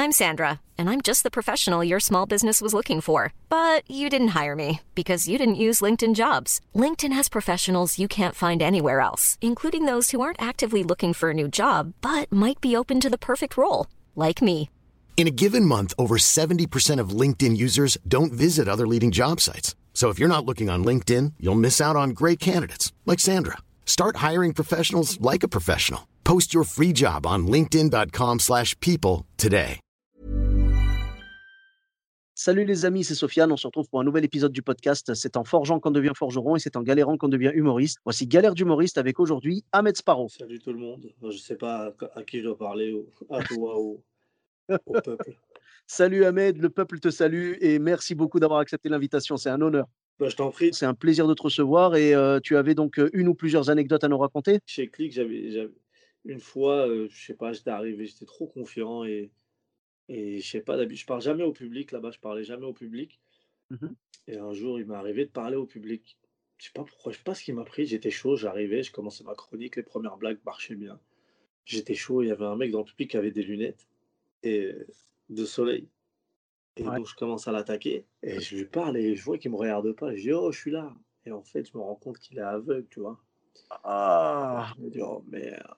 I'm Sandra, and I'm just the professional your small business was looking for. But you didn't hire me because you didn't use LinkedIn Jobs. LinkedIn has professionals you can't find anywhere else, including those who aren't actively looking for a new job, but might be open to the perfect role, like me. In a given month, over 70% of LinkedIn users don't visit other leading job sites. So if you're not looking on LinkedIn, you'll miss out on great candidates like Sandra. Start hiring professionals like a professional. Post your free job on linkedin.com/people today. Salut les amis, c'est Sofiane, on se retrouve pour un nouvel épisode du podcast. C'est en forgeant qu'on devient forgeron et c'est en galérant qu'on devient humoriste. Voici Galère d'humoriste avec aujourd'hui Ahmed Sparrow. Salut tout le monde. Je sais pas à qui je dois parler, à toi ou au peuple. Salut Ahmed, le peuple te salue et merci beaucoup d'avoir accepté l'invitation, c'est un honneur. Bah, je t'en prie. C'est un plaisir de te recevoir et tu avais donc une ou plusieurs anecdotes à nous raconter? Chez Click, j'avais une fois, je sais pas, j'étais arrivé, j'étais trop confiant et je sais pas, d'habitude, je parle jamais au public là-bas, je parlais jamais au public. Mhm. Et un jour, il m'est arrivé de parler au public. Je sais pas pourquoi, je sais pas ce qui m'a pris. J'étais chaud, j'arrivais, je commençais ma chronique, les premières blagues marchaient bien. J'étais chaud, il y avait un mec dans le public qui avait des lunettes et de soleil. Et Ouais. donc, je commence à l'attaquer et je lui parle et je vois qu'il me regarde pas. Je dis: «Oh, je suis là» et en fait, je me rends compte qu'il est aveugle, tu vois? Ah, Je me dis: «Oh merde»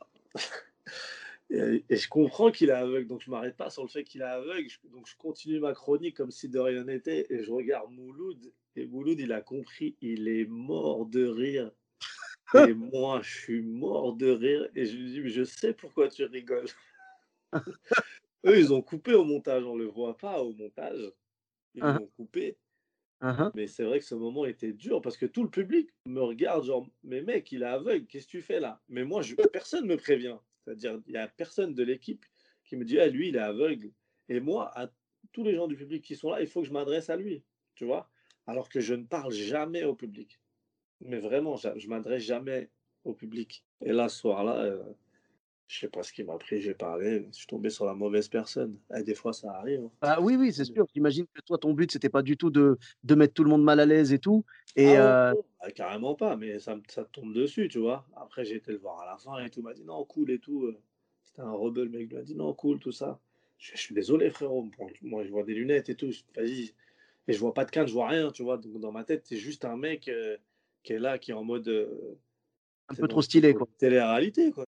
et je comprends qu'il est aveugle, donc je m'arrête pas sur le fait qu'il est aveugle. Donc je continue ma chronique comme si de rien n'était et je regarde Mouloud et Mouloud, il a compris, il est mort de rire et moi, je suis mort de rire et je lui dis: «Mais je sais pourquoi tu rigoles». Eux, ils ont coupé au montage, on le voit pas au montage, ils hein, l'ont coupé. hein, Mais c'est vrai que ce moment était dur parce que tout le public me regarde, genre, mais mec, il est aveugle, qu'est-ce que tu fais là? Mais moi, personne ne me prévient. C'est-à-dire, il n'y a personne de l'équipe qui me dit, ah, lui, il est aveugle. Et moi, à tous les gens du public qui sont là, il faut que je m'adresse à lui, tu vois? Alors que je ne parle jamais au public. Mais vraiment, je m'adresse jamais au public. Et là, ce soir-là, je sais pas ce qui m'a pris, j'ai parlé, je suis tombé sur la mauvaise personne. Et des fois, ça arrive, hein. Bah, oui, oui, c'est sûr. J'imagine que toi, ton but, c'était pas du tout de mettre tout le monde mal à l'aise et tout. Et Ah ouais, non, bah, carrément pas, mais ça me tombe dessus, tu vois? Après, j'ai été le voir à la fin et tout, il m'a dit: «Non, cool et tout», c'était un rebelle, le mec, il m'a dit: «Non, cool, tout ça». Je suis désolé frérot, bon, moi je vois des lunettes et tout, vas-y et je vois pas de canne, je vois rien, tu vois? Donc dans ma tête, c'est juste un mec, qui est là, qui est en mode, un tu peu dans trop le truc stylé, où quoi. télé-réalité, quoi.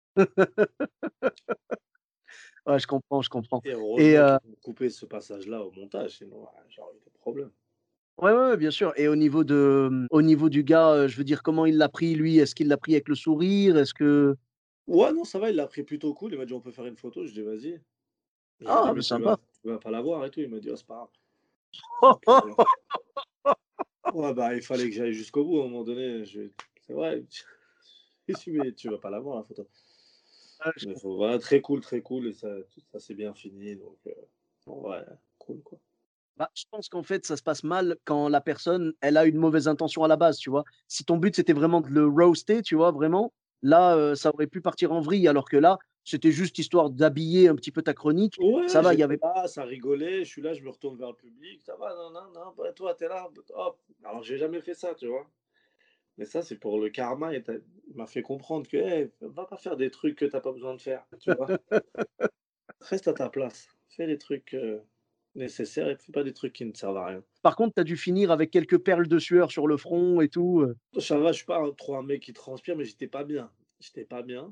Ouais, je comprends, je comprends. Et Et heureusement qu'ils ont coupé ce passage-là au montage, sinon, j'aurais eu des problèmes. ouais, ouais, ouais, bien sûr. Et au niveau du gars, je veux dire, comment il l'a pris, lui? Est-ce qu'il l'a pris avec le sourire? Est-ce que Ouais, non, ça va, il l'a pris plutôt cool, il m'a dit: «On peut faire une photo?» Je dis: «Vas-y». Je lui ai dit: ah, bah, «Mais sympa. tu vas pas la voir et tout?» Il m'a dit: «Oh, c'est pas grave». Donc, ouais, bah, il fallait que j'aille jusqu'au bout à un moment donné. C'est vrai. Je suis mais tu vas pas la voir la photo. Ouais, je Mais comprends. voilà, très cool et ça s'est bien fini. Donc, ouais, cool quoi. Bah, je pense qu'en fait, ça se passe mal quand la personne, elle a une mauvaise intention à la base, tu vois? Si ton but, c'était vraiment de le roaster, tu vois, vraiment, là, ça aurait pu partir en vrille alors que là, c'était juste histoire d'habiller un petit peu ta chronique. Ça Ouais, va, il y j'étais avait là, ça rigolait. Je suis là, je me retourne vers le public. Ça va, non, non, non, bah, toi, t'es là. Hop. Alors, j'ai jamais fait ça, tu vois. Mais ça, c'est pour le karma. Il m'a fait comprendre que, hey, va pas faire des trucs que t'as pas besoin de faire, tu vois. Reste à ta place. Fais les trucs nécessaires et fais pas des trucs qui ne servent à rien. par contre, tu as dû finir avec quelques perles de sueur sur le front et tout. Ça va, je suis pas trop un mec qui transpire, mais j'étais pas bien. J'étais pas bien.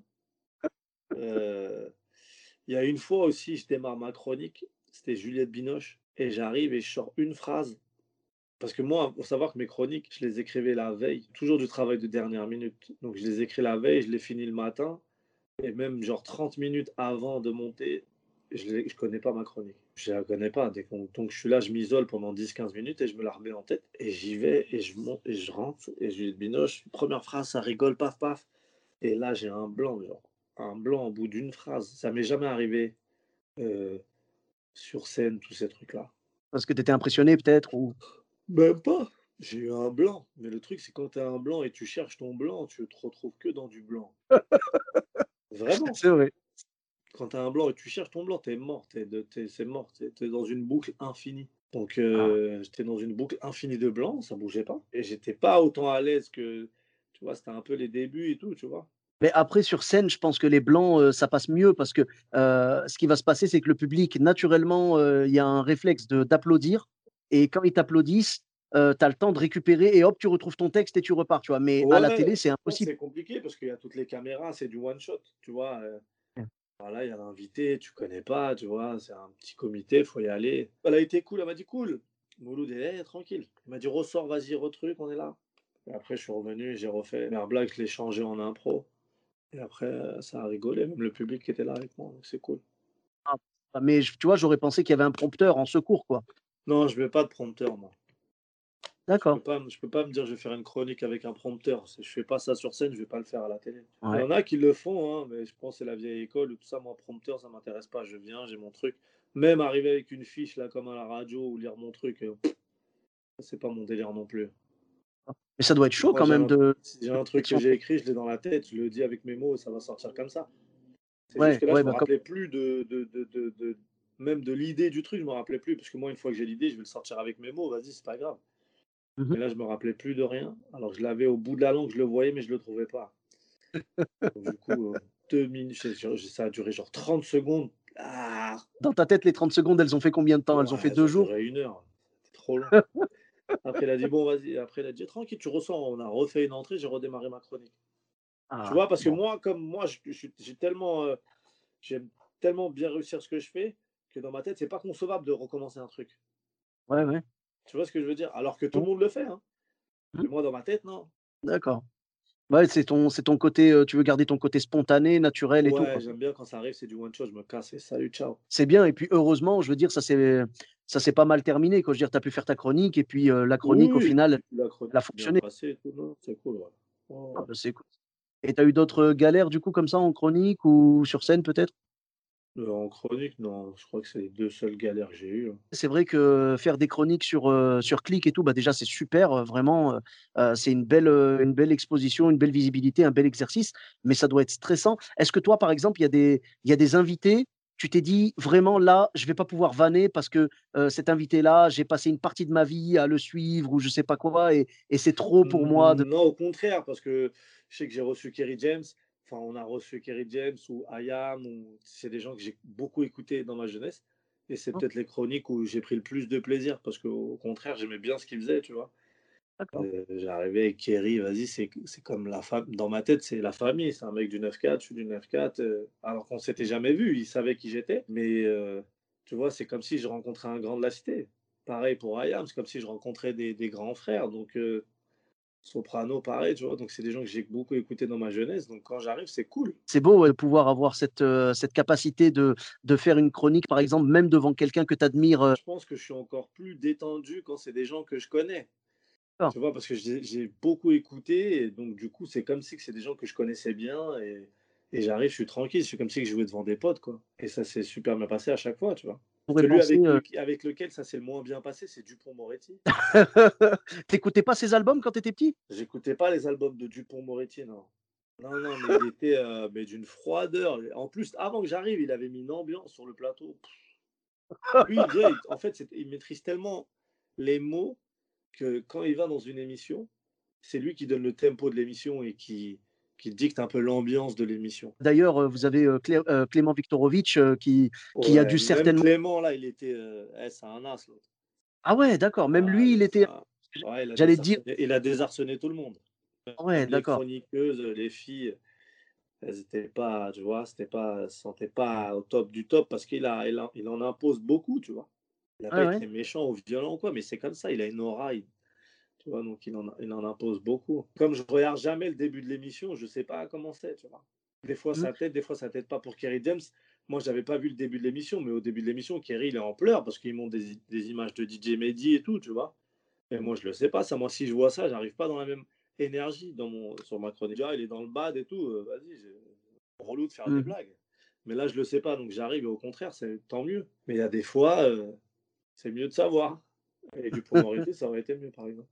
Heu, il y a une fois aussi, je démarre ma chronique, c'était Juliette Binoche et j'arrive et je sors une phrase parce que moi, faut savoir que mes chroniques, je les écrivais la veille, toujours du travail de dernière minute. Donc je les écris la veille, je les finis le matin et même genre 30 minutes avant de monter, je connais pas ma chronique. Je la connais pas, donc je suis là, je m'isole pendant 10-15 minutes et je me la remets en tête et j'y vais et je monte et je rentre et Juliette Binoche, première phrase, ça rigole, paf, paf et là, j'ai un blanc, genre, un blanc au bout d'une phrase. Ça m'est jamais arrivé, heu, sur scène, tous ces trucs-là. Parce que tu étais impressionné peut-être ou Même pas! J'ai eu un blanc, mais le truc, c'est quand tu as un blanc et tu cherches ton blanc, tu te retrouves que dans du blanc. Vraiment! c'est vrai. Quand tu as un blanc et tu cherches ton blanc, tu es mort, c'est mort, tu es dans une boucle infinie. Donc Ah, j'étais dans une boucle infinie de blanc, ça bougeait pas et j'étais pas autant à l'aise que tu vois, c'était un peu les débuts et tout, tu vois? Mais après, sur scène, je pense que les blancs, ça passe mieux parce que, ce qui va se passer, c'est que le public, naturellement, il y a un réflexe de d'applaudir et quand ils t'applaudissent, tu as le temps de récupérer et hop, tu retrouves ton texte et tu repars, tu vois? Mais à la Ouais, télé, c'est ça, impossible. c'est compliqué parce qu'il y a toutes les caméras, c'est du one shot, tu vois? Mmh. Voilà, il y a l'invité, tu connais pas, tu vois? C'est un petit comité, faut y aller. Elle a été cool, elle m'a dit: «Cool». Mouloud, «Eh, tranquille». Il m'a dit: «Ressors, vas-y, retruc, on est là». Et après, je suis revenu et j'ai refait. Mes blagues, je l'ai changé en impro. Et après, ça a rigolé, même le public qui était là avec moi, donc c'est cool. Ah, mais tu vois, j'aurais pensé qu'il y avait un prompteur en secours, quoi. Non, je mets pas de prompteur, moi. D'accord. Je peux pas me dire: «Je vais faire une chronique avec un prompteur». Je fais pas ça sur scène, je vais pas le faire à la télé. Il y Ouais. en a qui le font, hein, mais je pense que c'est la vieille école ou tout ça. Moi, prompteur, ça m'intéresse pas. Je viens, j'ai mon truc. Même arriver avec une fiche, là, comme à la radio ou lire mon truc, c'est pas mon délire non plus. Mais ça doit être chaud Moi, quand même de si j'ai un truc mettre que son j'ai écrit, je l'ai dans la tête, je le dis avec mes mots et ça va sortir comme ça. C'est juste ouais, que là, ouais, je me bah, comme rappelais plus même de l'idée du truc, je me rappelais plus parce que moi, une fois que j'ai l'idée, je vais le sortir avec mes mots, vas-y, c'est pas grave. mmh mh. Mais là, je me rappelais plus de rien. Alors que je l'avais au bout de la langue, je le voyais, mais je le trouvais pas. Donc, du coup, 2 minutes, ça a duré genre 30 secondes. Ah! Dans ta tête, les 30 secondes, elles ont fait combien de temps? Elles ont fait Ouais, 2 ça a jours? duré 1 heure. C'était trop long. Après, il a dit: «Bon, vas-y». Après, il a dit: «Tranquille, tu ressors». On a refait une entrée, j'ai redémarré ma chronique. Tu Ah, vois? Parce que bon. moi, comme moi, j'ai tellement, j'aime tellement bien réussir ce que je fais que dans ma tête, c'est pas concevable de recommencer un truc. Ouais, ouais. Tu vois ce que je veux dire? Alors que tout le Mmh. monde le fait, hein. Mmh. Mais moi, dans ma tête, non. D'accord. Ouais, c'est ton côté, tu veux garder ton côté spontané, naturel et tout, Ouais, quoi. j'aime bien quand ça arrive, c'est du one shot, je me casse et salut, ciao. C'est bien et puis heureusement, je veux dire, ça s'est pas mal terminé, quoi. Je veux dire, tu as pu faire ta chronique et puis, la Oui, chronique, au oui, final, et puis la chronique elle a s'est bien fonctionné. passée et tout, non, c'est cool, ouais. Ouais, Ah ouais. bah, c'est cool et tu as eu d'autres, galères, du coup, comme ça, en chronique ou sur scène, peut-être? En chronique, non, je crois que c'est les 2 seules galères que j'ai eues, hein. C'est vrai que faire des chroniques sur Click et tout, bah, déjà, c'est super, vraiment, c'est une belle exposition, une belle visibilité, un bel exercice, mais ça doit être stressant. Est-ce que toi, par exemple, il y a des invités, tu t'es dit: «Vraiment là, je vais pas pouvoir vanner parce que, cet invité-là, j'ai passé une partie de ma vie à le suivre» ou je sais pas quoi et c'est trop pour moi de Non, au contraire, parce que je sais que j'ai reçu Kerry James, enfin, on a reçu Kerry James ou IAM ou c'est des gens que j'ai beaucoup écoutés dans ma jeunesse et c'est peut-être les chroniques où j'ai pris le plus de plaisir parce qu'au contraire, j'aimais bien ce qu'ils faisaient, tu vois? d'accord. J'arrivais avec Kerry, vas-y, c'est comme la fam dans ma tête, c'est la famille, c'est un mec du 9-4, je suis du 9-4, alors qu'on s'était jamais vu. Il savait qui j'étais, mais tu vois, c'est comme si je rencontrais un grand de la cité. Pareil pour IAM, c'est comme si je rencontrais des grands frères, donc Soprano, pareil, tu vois? Donc c'est des gens que j'ai beaucoup écoutés dans ma jeunesse, donc quand j'arrive, c'est cool. C'est beau, ouais, de pouvoir avoir cette capacité de faire une chronique, par exemple, même devant quelqu'un que tu admires, Je pense que je suis encore plus détendu quand c'est des gens que je connais, ah, tu vois? Parce que j'ai beaucoup écouté et donc du coup, c'est comme si que c'est des gens que je connaissais bien et j'arrive, je suis tranquille, je suis comme si que je jouais devant des potes, quoi et ça s'est super bien passé à chaque fois, tu vois? on pourrait Celui penser, avec lequel ça s'est le moins bien passé, c'est Dupond-Moretti. tu pas ses albums quand tu étais petit? J'écoutais pas les albums de Dupond-Moretti, non. Non, non, mais il était, mais d'une froideur. En plus, avant que j'arrive, il avait mis une ambiance sur le plateau. Lui, il vient, en fait, il maîtrise tellement les mots que quand il va dans une émission, c'est lui qui donne le tempo de l'émission et qui dicte un peu l'ambiance de l'émission. D'ailleurs, vous avez, Clément Viktorovitch, qui a Ouais, dû même certainement Clément, là, il était, c'est un as, l'autre. ah ouais, d'accord, même Ah, lui, il était ouais, j'allais te dire il a désarçonné tout le monde. ouais, Même les d'accord. chroniqueuses, les filles, elles étaient pas, tu vois, elles se sentaient pas au top du top parce il en impose beaucoup, tu vois? Il a Ouais, pas ouais. été méchant ou violent ou quoi, mais c'est comme ça, il a une aura, tu vois? Donc il en impose beaucoup. Comme je regarde jamais le début de l'émission, je sais pas comment c'est, tu vois? Mmh. Des fois ça t'aide pas pour Kerry James. Moi, j'avais pas vu le début de l'émission, mais au début de l'émission, Kerry, il est en pleurs parce qu'il montre des images de DJ Mehdi et tout, tu vois? Et moi, je le sais pas ça. Moi, si je vois ça, j'arrive pas dans la même énergie sur ma chronique. Ah, il est dans le bad et tout, vas-y, j'ai relou de faire des Mmh. blagues. Mais là, je le sais pas, donc j'arrive et au contraire, c'est tant mieux. Mais il y a des fois, c'est mieux de savoir et du Dupond-Moretti, ça aurait été mieux, par exemple.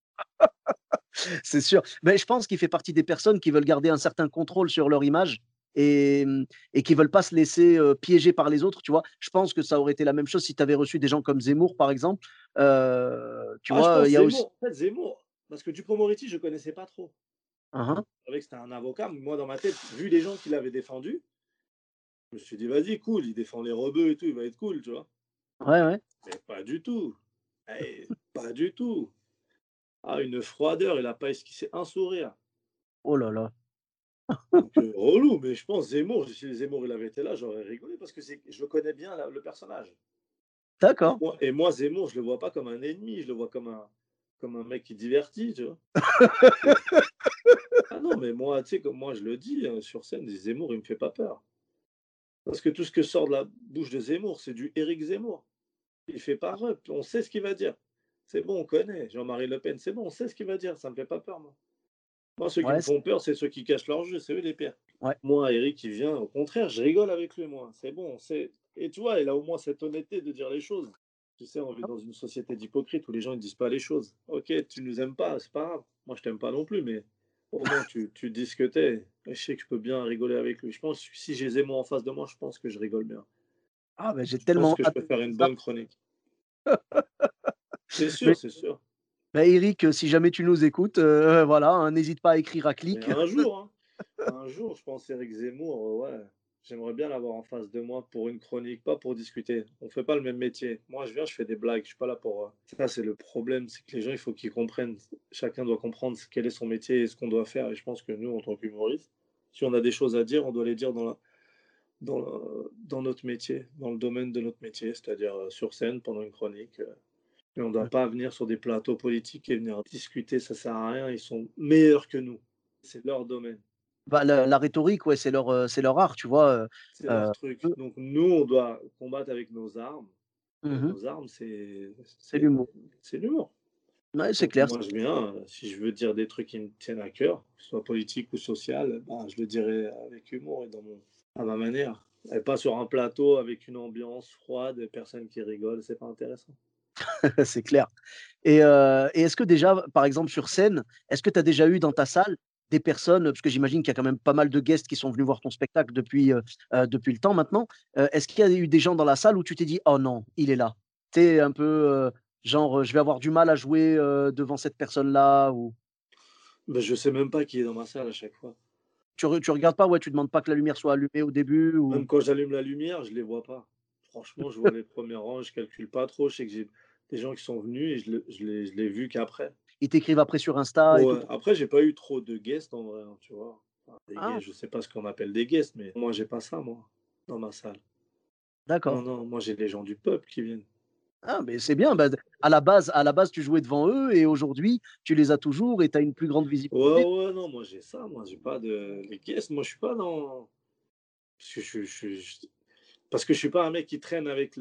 C'est sûr. Mais je pense qu'il fait partie des personnes qui veulent garder un certain contrôle sur leur image et qui veulent pas se laisser, piéger par les autres, tu vois? Je pense que ça aurait été la même chose si tu avais reçu des gens comme Zemmour, par exemple. Tu Ah, je vois, pense il y a aussi Zemmour, en fait, Zemmour, parce que Dupond-Moretti, je connaissais pas trop. Hein, hein. Je savais que c'était un avocat, mais moi, dans ma tête, vu les gens qui l'avaient défendu, je me suis dit, vas-y, cool, il défend les rebeux et tout, il va être cool, tu vois. Ouais, ouais. Mais pas du tout. Pas du tout. Ah, une froideur, il a pas esquissé un sourire. Oh là là. Donc, relou, mais je pense Zemmour, si Zemmour il avait été là, j'aurais rigolé parce que je le connais bien le personnage. D'accord. Et moi, Zemmour, je le vois pas comme un ennemi, je le vois comme un mec qui divertit, tu vois. Ah non, mais moi, tu sais, comme moi je le dis sur scène, Zemmour, il me fait pas peur. Parce que tout ce que sort de la bouche de Zemmour, c'est du Éric Zemmour. Il fait pas rep, on sait ce qu'il va dire. C'est bon, on connaît. Jean-Marie Le Pen, c'est bon, on sait ce qu'il va dire, ça me fait pas peur, moi. Moi, ceux qui me Ouais, font peur, c'est ceux qui cachent leur jeu, c'est eux les pires. ouais. Moi, Eric, il vient, au contraire, je rigole avec lui, moi. C'est bon, c'est. Et tu vois, il a au moins cette honnêteté de dire les choses. Tu sais, on vit dans une société d'hypocrites où les gens ne disent pas les choses. Ok, tu nous aimes pas, c'est pas grave. Moi, je t'aime pas non plus, mais au moins, tu dis ce que t'es. Et je sais que je peux bien rigoler avec lui. Je pense que si j'ai Zemmour en face de moi, je pense que je rigole bien. Ah, bah, j'ai Je pense tellement que je hâte peux de faire voir une ça. bonne chronique. C'est sûr, Mais c'est sûr. bah, Eric, si jamais tu nous écoutes, voilà, hein, n'hésite pas à écrire à Mais Click. un jour, je pense Éric Zemmour, ouais, j'aimerais bien l'avoir en face de moi pour une chronique, pas pour discuter. On fait pas le même métier. Moi, je viens, je fais des blagues, je suis pas là pour. Ça, c'est le problème, c'est que les gens, il faut qu'ils comprennent. Chacun doit comprendre quel est son métier et ce qu'on doit faire. Et je pense que nous, en tant qu'humoristes, si on a des choses à dire, on doit les dire dans notre métier, dans le domaine de notre métier, c'est-à-dire sur scène pendant une chronique. Et on ne doit pas venir sur des plateaux politiques et venir discuter, ça sert à rien. Ils sont meilleurs que nous. C'est leur domaine. Bah, la rhétorique, ouais, c'est leur art, tu vois? C'est leur Heu, truc. eux Donc nous, on doit combattre avec nos armes. Et mmh nos armes, c'est c'est c'est l'humour. c'est l'humour. Ouais, c'est Donc clair. moi, je viens, si je veux dire des trucs qui me tiennent à cœur, que ce soit politique ou social, ben, je le dirai avec humour et à ma manière. Et pas sur un plateau avec une ambiance froide et personne qui rigole, c'est pas intéressant. C'est clair. Et est-ce que déjà, par exemple, sur scène, est-ce que tu as déjà eu dans ta salle des personnes, parce que j'imagine qu'il y a quand même pas mal de guests qui sont venus voir ton spectacle depuis le temps maintenant. Est-ce qu'il y a eu des gens dans la salle où tu t'es dit: «Oh non, il est là»? Tu sais, un peu, genre, «Je vais avoir du mal à jouer, devant cette personne-là» ou Ben, je sais même pas qui est dans ma salle à chaque fois. tu regardes pas, ouais, tu demandes pas que la lumière soit allumée au début ou Même quand j'allume la lumière, je les vois pas. Franchement, je vois les premiers rangs, je calcule pas trop. Je sais que j'ai des gens qui sont venus et je l'ai vu qu'après. ils t'écrivent après sur Insta et tout? Ouais, après, j'ai pas eu trop de guests en vrai, hein, tu vois. Enfin, des Ah, guests, je sais pas ce qu'on appelle des guests, mais moi, j'ai pas ça, moi, dans ma salle. Non, d'accord. non, moi, j'ai les gens du peuple qui viennent. Ah, mais c'est bien, bah, à la base, tu jouais devant eux et aujourd'hui, tu les as toujours et tu as une plus grande Ouais, visibilité. ouais, non, moi, j'ai ça, moi, j'ai pas de. Les guests, moi, je suis pas dans. Parce que parce que je suis pas un mec qui traîne avec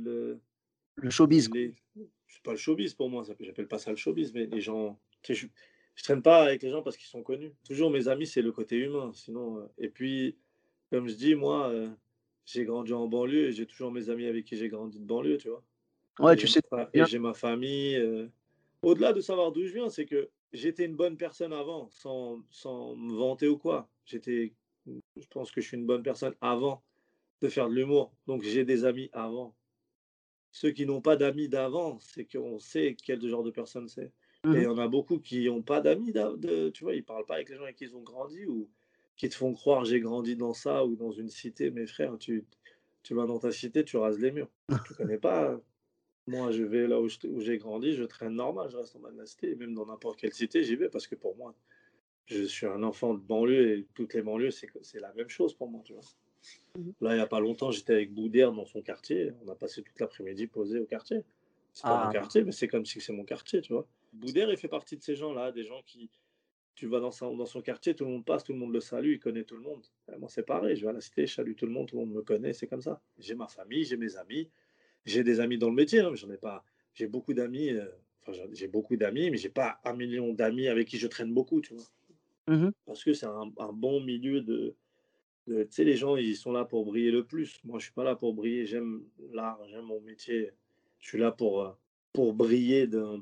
Le showbiz, quoi. les. C'est pas le showbiz pour moi, j'appelle pas ça le showbiz, mais les gens. Tu sais, je traîne pas avec les gens parce qu'ils sont connus. Toujours mes amis, c'est le côté humain. Sinon, et puis, comme je dis, moi, j'ai grandi en banlieue et j'ai toujours mes amis avec qui j'ai grandi de banlieue, tu vois. Ouais, tu sais Et bien. j'ai ma famille. Au-delà de savoir d'où je viens, c'est que j'étais une bonne personne avant, sans me vanter ou quoi. Je pense que je suis une bonne personne avant de faire de l'humour. Donc j'ai des amis avant. Ceux qui n'ont pas d'amis d'avant, c'est qu'on sait quel genre de personne c'est. Et il Mmh. y en a beaucoup qui n'ont pas d'amis, tu vois, ils parlent pas avec les gens avec qui ils ont grandi ou qui te font croire j'ai grandi dans ça ou dans une cité. Mes frères, tu vas dans ta cité, tu rases les murs. Tu connais pas. Moi, je vais là où j'ai grandi, je traîne normal, je reste en bas de la cité. Et même dans n'importe quelle cité, j'y vais parce que pour moi, je suis un enfant de banlieue et toutes les banlieues, c'est la même chose pour moi, tu vois. Mmh. Là, il n'y a pas longtemps, j'étais avec Boudère dans son quartier. On a passé toute l'après-midi posé au quartier. C'est pas mon Ah, quartier, mais c'est comme si c'est mon quartier, tu vois. Boudère, il fait partie de ces gens-là, des gens qui, tu vas dans son quartier, tout le monde passe, tout le monde le salue, il connaît tout le monde. Moi, c'est pareil, je vais à la cité, je salue tout le monde me connaît, c'est comme ça. J'ai ma famille, j'ai mes amis, j'ai des amis dans le métier, hein, mais j'en ai pas. J'ai beaucoup d'amis, j'ai beaucoup d'amis, mais j'ai pas un million d'amis avec qui je traîne beaucoup, tu vois. mmh. Parce que c'est un bon milieu tu sais, les gens, ils sont là pour briller le plus. Moi, je suis pas là pour briller. J'aime l'art, j'aime mon métier. Je suis là pour briller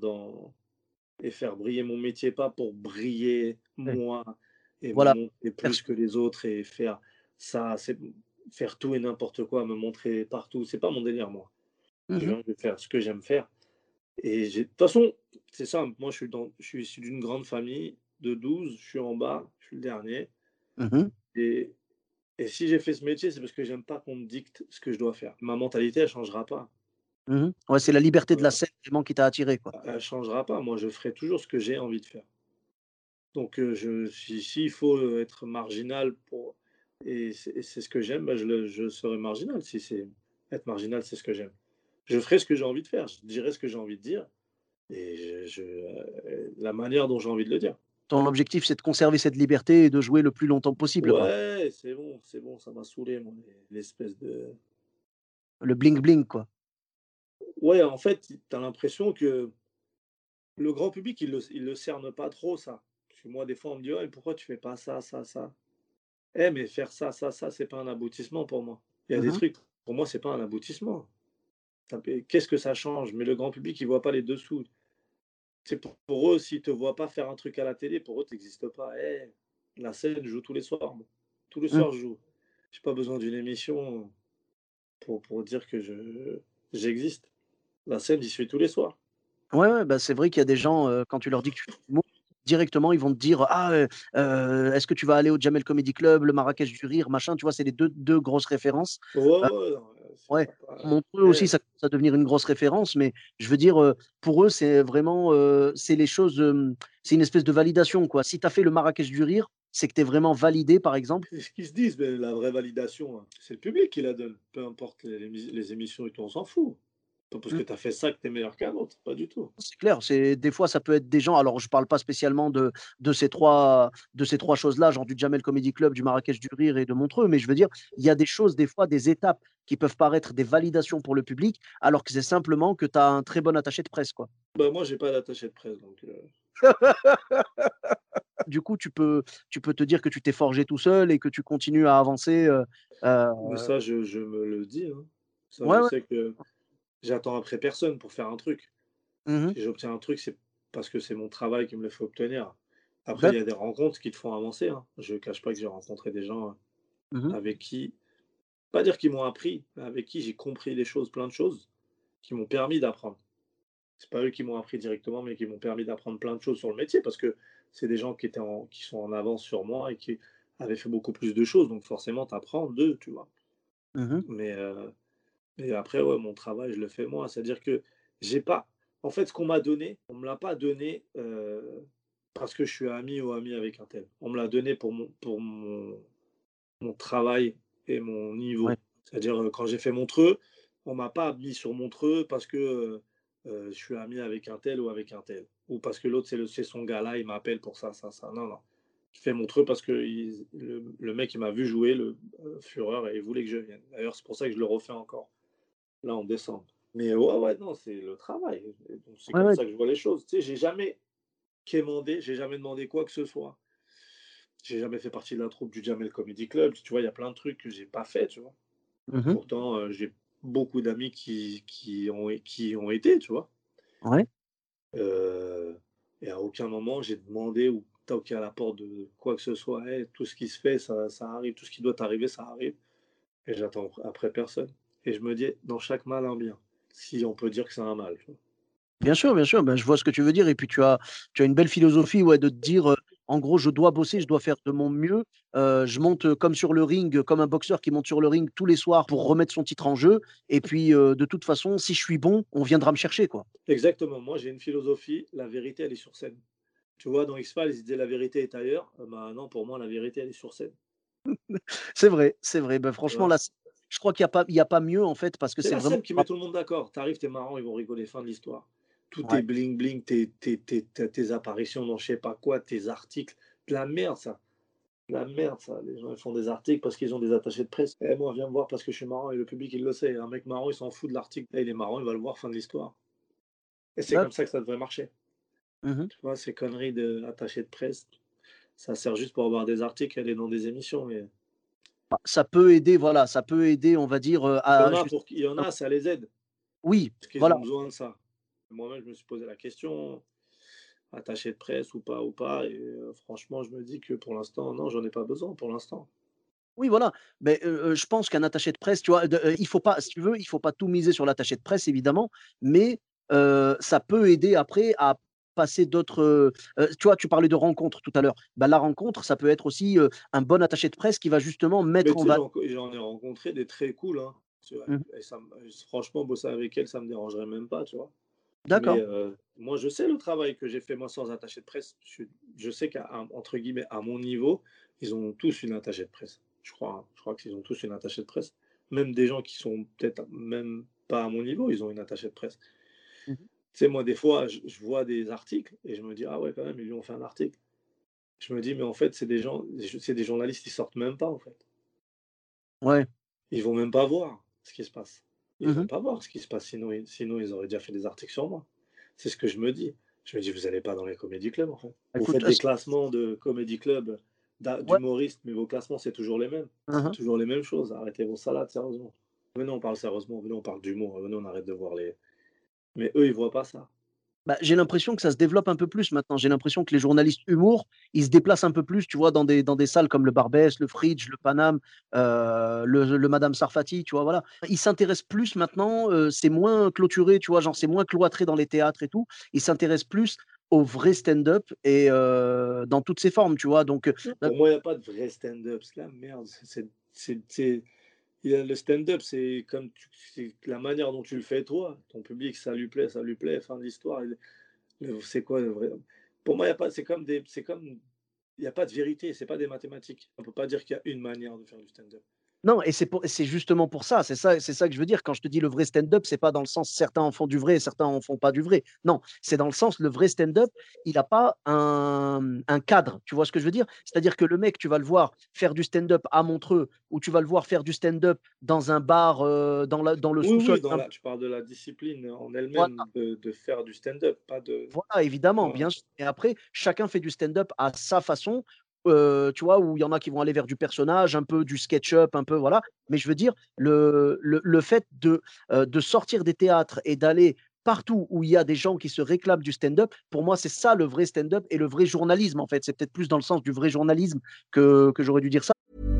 et faire briller mon métier, pas pour briller Ouais, moi et me voilà, montrer plus perso. que les autres et faire ça, c'est faire tout et n'importe quoi, me montrer partout. C'est pas mon délire, moi. Je Mmh. viens de faire ce que j'aime faire. Et de toute façon, c'est simple. Moi, je suis issu d'une grande famille. de 12, je suis en bas, je suis le dernier. Mmh. Et, et si j'ai fait ce métier, c'est parce que j'aime pas qu'on me dicte ce que je dois faire. Ma mentalité, elle changera pas. Mmh. Ouais, c'est la liberté de la Voilà. scène vraiment qui t'a attiré, quoi. Elle changera pas. Moi, je ferai toujours ce que j'ai envie de faire. Donc, s'il faut être marginal et c'est ce que j'aime, bah, je serai marginal. Si c'est être marginal, c'est ce que j'aime. Je ferai ce que j'ai envie de faire. Je dirai ce que j'ai envie de dire et la manière dont j'ai envie de le dire. Ton objectif, c'est de conserver cette liberté et de jouer le plus longtemps possible, quoi. Ouais, c'est bon, ça m'a saoulé, moi, l'espèce de. Le bling bling, quoi. Ouais, en fait, tu as l'impression que le grand public, il le cerne pas trop, ça. Parce que moi, des fois, on me dit: «Ouais, pourquoi tu fais pas ça, ça, ça?» Eh, mais faire ça, ça, ça, c'est pas un aboutissement pour moi. Il y a des Mmh. trucs, pour moi, c'est pas un aboutissement. Qu'est-ce que ça change? Mais le grand public, il voit pas les dessous. C'est pour eux, s'ils te voient pas faire un truc à la télé, pour eux, tu existes pas. Eh, la scène, je joue tous les soirs, moi. Tous les Mmh. soirs, je joue. J'ai pas besoin d'une émission pour dire que j'existe. La scène, j'y suis tous les soirs. Ouais, ouais, bah, c'est vrai qu'il y a des gens, quand tu leur dis que tu fais de l'humour, directement, ils vont te dire: «Ah, est-ce que tu vas aller au Jamel Comedy Club, le Marrakech du rire, machin?» Tu vois? C'est les deux grosses références. Ouais, Heu, ouais, non, ouais, ça a pas Montreux aussi, eh, ça commence à devenir une grosse référence, mais je veux dire, pour eux, c'est vraiment, c'est les choses, c'est une espèce de validation, quoi. Si tu as fait le Marrakech du rire, c'est que tu es vraiment validé, par exemple. c'est ce qu'ils se disent, mais la vraie validation, hein, c'est le public qui la donne. Peu importe les émissions et tout, on s'en fout. Pas parce Mmh. que tu as fait ça que tu es meilleur qu'un autre, pas du tout. C'est clair, c'est des fois, ça peut être des gens alors je parle pas spécialement de ces 3 choses-là, genre du Jamel Comedy Club, du Marrakech du rire et de Montreux, mais je veux dire, il y a des choses, des fois, des étapes qui peuvent paraître des validations pour le public, alors que c'est simplement que tu as un très bon attaché de presse, quoi. Bah, moi, j'ai pas d'attaché de presse, donc Du coup, tu peux te dire que tu t'es forgé tout seul et que tu continues à avancer, mais ça, je me le dis, hein. Ça, ouais, je ouais. sais que j'attends après personne pour faire un truc. Mmh mh. Si j'obtiens un truc, c'est parce que c'est mon travail qui me le fait obtenir. Après, il y a D'accord. des rencontres qui te font avancer, hein. Je cache pas que j'ai rencontré des gens, Mmh mh. avec qui pas dire qu'ils m'ont appris, mais avec qui j'ai compris des choses, plein de choses, qui m'ont permis d'apprendre. C'est pas eux qui m'ont appris directement, mais qui m'ont permis d'apprendre plein de choses sur le métier parce que c'est des gens qui sont en avance sur moi et qui avaient fait beaucoup plus de choses, donc forcément, tu apprends d'eux, tu vois? Mmh. Mais, et après, ouais, mon travail, je le fais moi. C'est-à-dire que j'ai pas en fait, ce qu'on m'a donné, on me l'a pas donné, parce que je suis ami ou ami avec un tel. On me l'a donné pour mon travail et mon Ouais. niveau. C'est-à-dire, quand j'ai fait Montreux, on m'a pas mis sur Montreux parce que, je suis ami avec un tel ou avec un tel. Ou parce que l'autre, c'est son gars-là, il m'appelle pour ça, ça, ça. Non, non. J'ai fait Montreux parce que le mec, il m'a vu jouer, le, Fureur, et il voulait que je vienne. D'ailleurs, c'est pour ça que je le refais encore, là, en décembre. Mais ouais, ouais, non, c'est le travail. Et donc c'est Ouais, comme ouais. ça que je vois les choses. Tu sais, j'ai jamais quémandé, j'ai jamais demandé quoi que ce soit. J'ai jamais fait partie de la troupe du Jamel Comedy Club. Tu vois, il y a plein de trucs que j'ai pas fait, tu vois. Mmh mh. Pourtant, j'ai beaucoup d'amis qui y ont été, tu vois? Ouais. Heu et à aucun moment j'ai demandé ou toqué à la porte de quoi que ce soit: «Hey, tout ce qui se fait, ça arrive, tout ce qui doit arriver, ça arrive» et j'attends après personne et je me dis: «Dans chaque mal un bien», si on peut dire que c'est un mal, tu vois? Bien sûr, ben, je vois ce que tu veux dire et puis tu as une belle philosophie, ouais, de te dire, en gros: «Je dois bosser, je dois faire de mon mieux». Je monte, comme sur le ring, comme un boxeur qui monte sur le ring tous les soirs pour remettre son titre en jeu et puis, de toute façon, si je suis bon, on viendra me chercher, quoi. Exactement, moi j'ai une philosophie, la vérité elle est sur scène. Tu vois, dans X-Files, ils disaient: «La vérité est ailleurs», bah, non, pour moi la vérité elle est sur scène, C'est vrai, c'est vrai. Ben, tu franchement, vois? là, je crois qu'il y a pas mieux, en fait, parce que C'est c'est la vraiment scène qui met tout le monde d'accord. Tu arrives, tu es marrant, ils vont rigoler, fin de l'histoire. Tout est ouais. bling bling, tes apparitions dans je sais pas quoi, tes articles. De la merde ça, de la merde ça. Les gens ils font des articles parce qu'ils ont des attachés de presse. «Eh moi viens me voir parce que je suis marrant» et le public il le sait. Un mec marrant, il s'en fout de l'article. Eh il est marrant, il va le voir, fin de l'histoire. Et c'est D'ac comme ça que ça devrait marcher. Mmh mh. Tu vois? Ces conneries d'attachés de presse, ça sert juste pour avoir des articles et aller dans des émissions, mais Bah, ça peut aider, voilà, ça peut aider, on va dire, il y en à a juste pour qui il y en a, ça les aide oui, parce qu'ils voilà. ont besoin de ça. Moi-même, je me suis posé la question. Attaché de presse ou pas et franchement, je me dis que pour l'instant, non, j'en ai pas besoin pour l'instant. Oui, voilà. Mais, je pense qu'un attaché de presse, tu vois, il faut pas si tu veux, il faut pas tout miser sur l'attaché de presse évidemment, mais, ça peut aider après à passer d'autres. Tu vois, tu parlais de rencontres tout à l'heure. Bah, la rencontre, ça peut être aussi un bon attaché de presse qui va justement Mais mettre en tu sais, valeur. j'en ai rencontré des très cool, hein, tu vois? Mhm. Et franchement, bosser avec elles, ça me dérangerait même pas, tu vois? Mais D'accord. moi, je sais le travail que j'ai fait moi sans attaché de presse. Je sais qu'à entre guillemets «à mon niveau», ils ont tous une attachée de presse. Je crois, hein. Je crois qu'ils ont tous une attachée de presse. Même des gens qui sont peut-être même pas à mon niveau, ils ont une attachée de presse. Mhm. Tu sais, moi, des fois, je vois des articles et je me dis: «Ah ouais, quand même, ils lui ont fait un article». Je me dis: «Mais en fait, c'est des journalistes, qui sortent même pas, en fait». Ouais. Ils vont même pas voir ce qui se passe. Ils vont Mhm. pas voir ce qui se passe, sinon ils auraient déjà fait des articles sur moi. C'est ce que je me dis. Je me dis: «Vous allez pas dans les comédie clubs, en fait. Vous Écoute, faites des classements de comédie club ouais. d'humoristes, mais vos classements, c'est toujours les mêmes. C'est Mhm. toujours les mêmes choses. Arrêtez vos salades, sérieusement. Venez, on parle sérieusement. Venez, on parle d'humour. Venez, on arrête de voir les» mais eux, ils voient pas ça. Bah, j'ai l'impression que ça se développe un peu plus maintenant. J'ai l'impression que les journalistes humour, ils se déplacent un peu plus, tu vois, dans des salles comme le Barbès, le Fridge, le Paname, le Madame Sarfati, tu vois, voilà. Ils s'intéressent plus maintenant, c'est moins clôturé, tu vois, genre c'est moins cloîtré dans les théâtres et tout. Ils s'intéressent plus au vrai stand-up et dans toutes ses formes, tu vois. Donc, Pour moi, il y a pas de vrai stand-up. C'est la merde. Il y a le stand-up, c'est la manière dont tu le fais toi. Ton public, ça lui plaît, fin de l'histoire. C'est quoi le vrai? Pour moi, il y a pas, il y a pas de vérité, c'est pas des mathématiques. On peut pas dire qu'il y a une manière de faire du stand-up. non, et c'est justement pour ça, c'est ça que je veux dire quand je te dis le vrai stand-up, c'est pas dans le sens certains en font du vrai et certains en font pas du vrai. Non, c'est dans le sens le vrai stand-up, il a pas un cadre, tu vois ce que je veux dire? C'est-à-dire que le mec, tu vas le voir faire du stand-up à Montreux ou tu vas le voir faire du stand-up dans un bar, dans le Oui, sous-sol oui, d'un. tu parles de la discipline en Voilà. elle-même de faire du stand-up, pas de. Voilà, évidemment, Voilà. bien sûr. Et après, chacun fait du stand-up à sa façon, tu vois? Où il y en a qui vont aller vers du personnage, un peu du sketch-up, un peu voilà. Mais je veux dire, le fait de sortir des théâtres et d'aller partout où il y a des gens qui se réclament du stand-up, pour moi, c'est ça le vrai stand-up et le vrai journalisme, en fait. C'est peut-être plus dans le sens du vrai journalisme que j'aurais dû dire ça.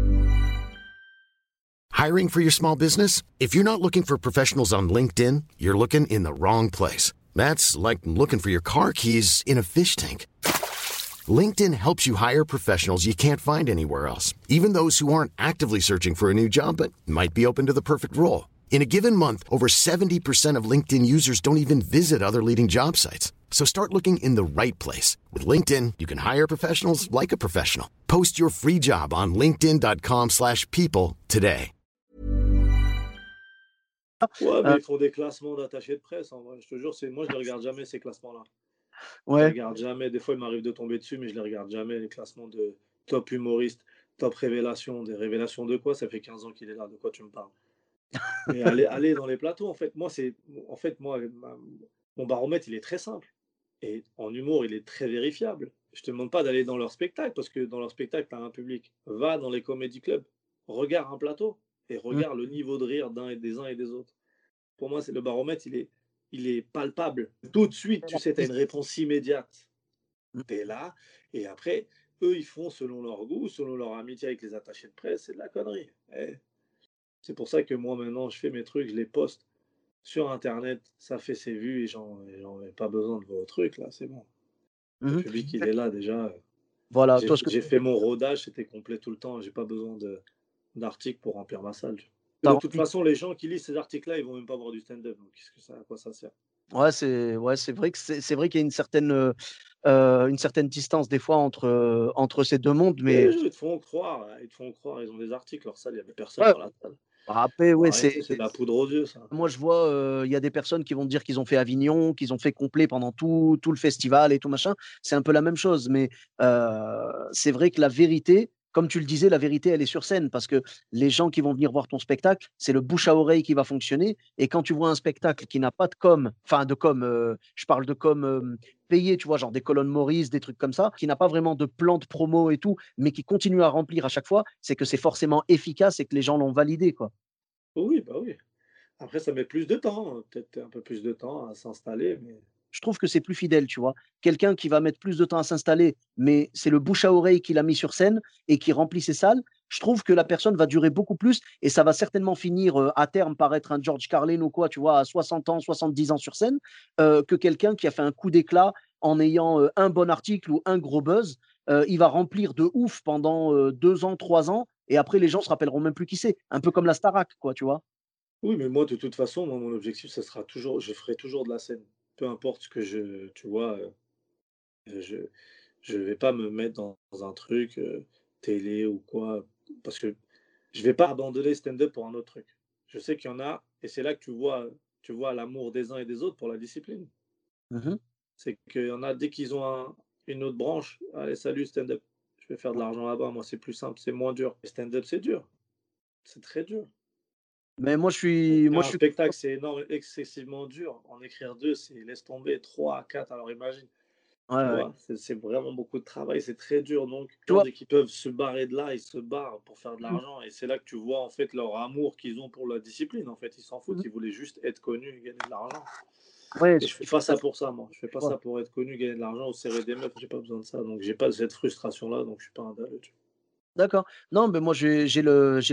Hiring for your small business? If you're not looking for professionals on LinkedIn, you're looking in the wrong place. That's like looking for your car keys in a fish tank. LinkedIn helps you hire professionals you can't find anywhere else, even those who aren't actively searching for a new job but might be open to the perfect role. In a given month, over 70% of LinkedIn users don't even visit other leading job sites. So start looking in the right place. With LinkedIn, you can hire professionals like a professional. Post your free job on linkedin.com/people today. Ouais, mais Heu, ils font des classements d'attachés de presse, en vrai. Je te jure, moi, je les regarde jamais, ces classements-là. Je les ouais. regarde jamais. Des fois, il m'arrive de tomber dessus, mais je les regarde jamais, les classements de top humoriste, top révélation. Des révélations de quoi? Ça fait 15 ans qu'il est là, de quoi tu me parles? Mais aller dans les plateaux, en fait, moi, mon baromètre, il est très simple. Et en humour, il est très vérifiable. Je te demande pas d'aller dans leur spectacle, parce que dans leur spectacle, tu as un public. Va dans les comédie clubs, regarde un plateau et Mmh. regarde le niveau de rire des uns et des autres. Pour moi, c'est le baromètre, il est palpable. Tout de suite, tu sais, tu as une réponse immédiate. Mmh. Tu es là, et après, eux, ils font selon leur goût, selon leur amitié avec les attachés de presse, c'est de la connerie. C'est pour ça que moi, maintenant, je fais mes trucs, je les poste sur internet, ça fait ses vues et j'en ai pas besoin de vos trucs là, c'est bon. Le Mmh. public, il est là déjà. Voilà, toi, ce que J'ai fait mon rodage, c'était complet tout le temps, j'ai pas besoin d'articles pour remplir ma salle. tu De as toute façon, les gens qui lisent ces articles-là, ils vont même pas voir du stand-up, donc qu'est-ce que ça, à quoi ça sert? Ouais, c'est vrai que c'est vrai qu'il y a une certaine distance des fois entre ces 2 mondes, mais Les gens, ils te font croire, ils ont des articles, leur salle, il y avait personne ouais, dans la salle. bah, après, Faut ouais, arrêter, c'est de la poudre aux yeux, ça. moi je vois, il y a des personnes qui vont te dire qu'ils ont fait Avignon, qu'ils ont fait complet pendant tout le festival et tout machin. C'est un peu la même chose, mais c'est vrai que la vérité, comme tu le disais, la vérité, elle est sur scène parce que les gens qui vont venir voir ton spectacle, c'est le bouche à oreille qui va fonctionner et quand tu vois un spectacle qui n'a pas de com, enfin de com, je parle de com, payée, tu vois? Genre des colonnes Maurice, des trucs comme ça, qui n'a pas vraiment de plan de promo et tout, mais qui continue à remplir à chaque fois, c'est que c'est forcément efficace et que les gens l'ont validé, quoi. Oui, bah oui. Après, ça met plus de temps, peut-être un peu plus de temps à s'installer, mais Je trouve que c'est plus fidèle, tu vois? Quelqu'un qui va mettre plus de temps à s'installer, mais c'est le bouche à oreille qui l'a mis sur scène et qui remplit ses salles, je trouve que la personne va durer beaucoup plus et ça va certainement finir, à terme par être un George Carlin ou quoi, tu vois? À 60 ans, 70 ans sur scène, que quelqu'un qui a fait un coup d'éclat, en ayant un bon article ou un gros buzz, il va remplir de ouf pendant 2 ans, 3 ans, et après les gens se rappelleront même plus qui c'est. Un peu comme la Starac, quoi, tu vois. Oui, mais moi, de toute façon, moi, mon objectif, ça sera toujours, je ferai toujours de la scène. Peu importe ce que tu vois, je je vais pas me mettre dans un truc, télé ou quoi, parce que je vais pas abandonner le stand-up pour un autre truc. Je sais qu'il y en a et c'est là que tu vois l'amour des uns et des autres pour la discipline. Mhm. C'est qu'il y en a dès qu'ils ont une autre branche, allez salut stand-up, je vais faire de l'argent là-bas, moi c'est plus simple, c'est moins dur. Le stand-up c'est dur, c'est très dur. Mais moi, Faire je un suis. spectacle c'est énorme, excessivement dur. En écrire deux, c'est laisse tomber, trois, quatre, alors imagine. Ouais, Tu ouais. vois? C'est vraiment beaucoup de travail, c'est très dur, donc Tu les gens vois. dès qu'ils peuvent se barrer de là, ils se barrent pour faire de Mhm. l'argent et c'est là que tu vois, en fait, leur amour qu'ils ont pour la discipline, en fait. Ils s'en foutent, Mhm. ils voulaient juste être connus et gagner de l'argent Ouais, et je ceux fais qui font pas ça, ça pour ça, moi. Je fais tu pas vois. ça pour être connu, gagner de l'argent ou serrer des meufs, j'ai pas besoin de ça, donc j'ai pas cette frustration-là, donc je suis pas un dalleux, tu D'accord. Non, mais moi j'ai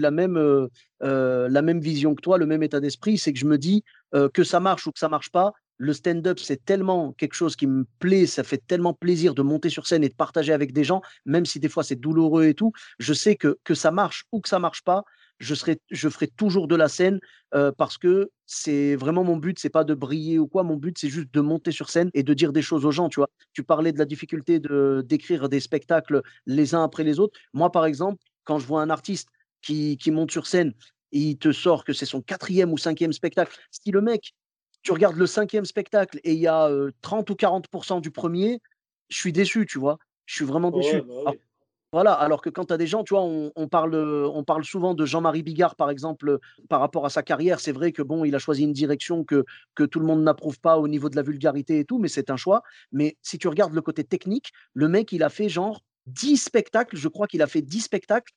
la même vision que toi, le même état d'esprit, c'est que je me dis, que ça marche ou que ça marche pas, le stand-up, c'est tellement quelque chose qui me plaît, ça fait tellement plaisir de monter sur scène et de partager avec des gens, même si des fois c'est douloureux et tout. Je sais que ça marche ou que ça marche pas, je ferai toujours de la scène, parce que c'est vraiment mon but, c'est pas de briller ou quoi, mon but c'est juste de monter sur scène et de dire des choses aux gens, tu vois. Tu parlais de la difficulté d'écrire des spectacles les uns après les autres. Moi, par exemple, quand je vois un artiste qui monte sur scène et il te sort que c'est son quatrième ou cinquième spectacle, si le mec, tu regardes le cinquième spectacle et il y a 30 ou 40% du premier, je suis déçu, tu vois. Je suis vraiment vois? Ouais, déçu. bah Alors, oui. voilà, alors que quand tu as des gens, tu vois, on parle souvent de Jean-Marie Bigard, par exemple, par rapport à sa carrière. C'est vrai que bon, il a choisi une direction que tout le monde n'approuve pas au niveau de la vulgarité et tout, mais c'est un choix. Mais si tu regardes le côté technique, le mec, il a fait genre 10 spectacles, je crois qu'il a fait 10 spectacles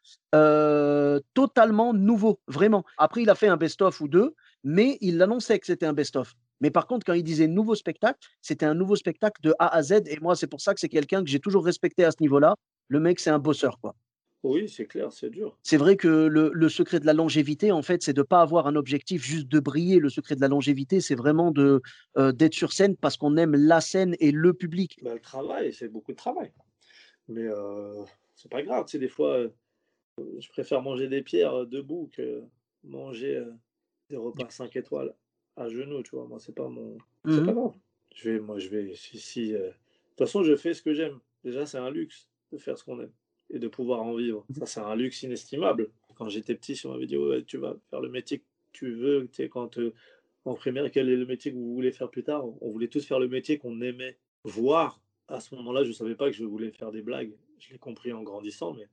totalement nouveaux, vraiment. Après, il a fait un best-of ou deux, mais il annonçait que c'était un best-of. Mais par contre, quand il disait nouveau spectacle, c'était un nouveau spectacle de A à Z. Et moi, c'est pour ça que c'est quelqu'un que j'ai toujours respecté à ce niveau-là. Le mec, c'est un bosseur, quoi. Oui, c'est clair, c'est dur. C'est vrai que le secret de la longévité, en fait, c'est de ne pas avoir un objectif juste de briller. Le secret de la longévité, c'est vraiment d'être sur scène parce qu'on aime la scène et le public. Bah, le travail, c'est beaucoup de travail, mais c'est pas grave, tu sais, des fois, je préfère manger des pierres, debout que manger, des repas 5 étoiles à genoux, tu vois? Moi, c'est pas Mhm. grave. Je vais si, de toute façon, je fais ce que j'aime. Déjà, c'est un luxe de faire ce qu'on aime et de pouvoir en vivre. Ça, c'est un luxe inestimable. Quand j'étais petit, si on m'avait dit: «Ouais, tu vas faire le métier que tu veux», tu sais, quand, en primaire, quel est le métier que vous voulez faire plus tard? On voulait tous faire le métier qu'on aimait voir. À ce moment-là, je savais pas que je voulais faire des blagues. Je l'ai compris en grandissant, mais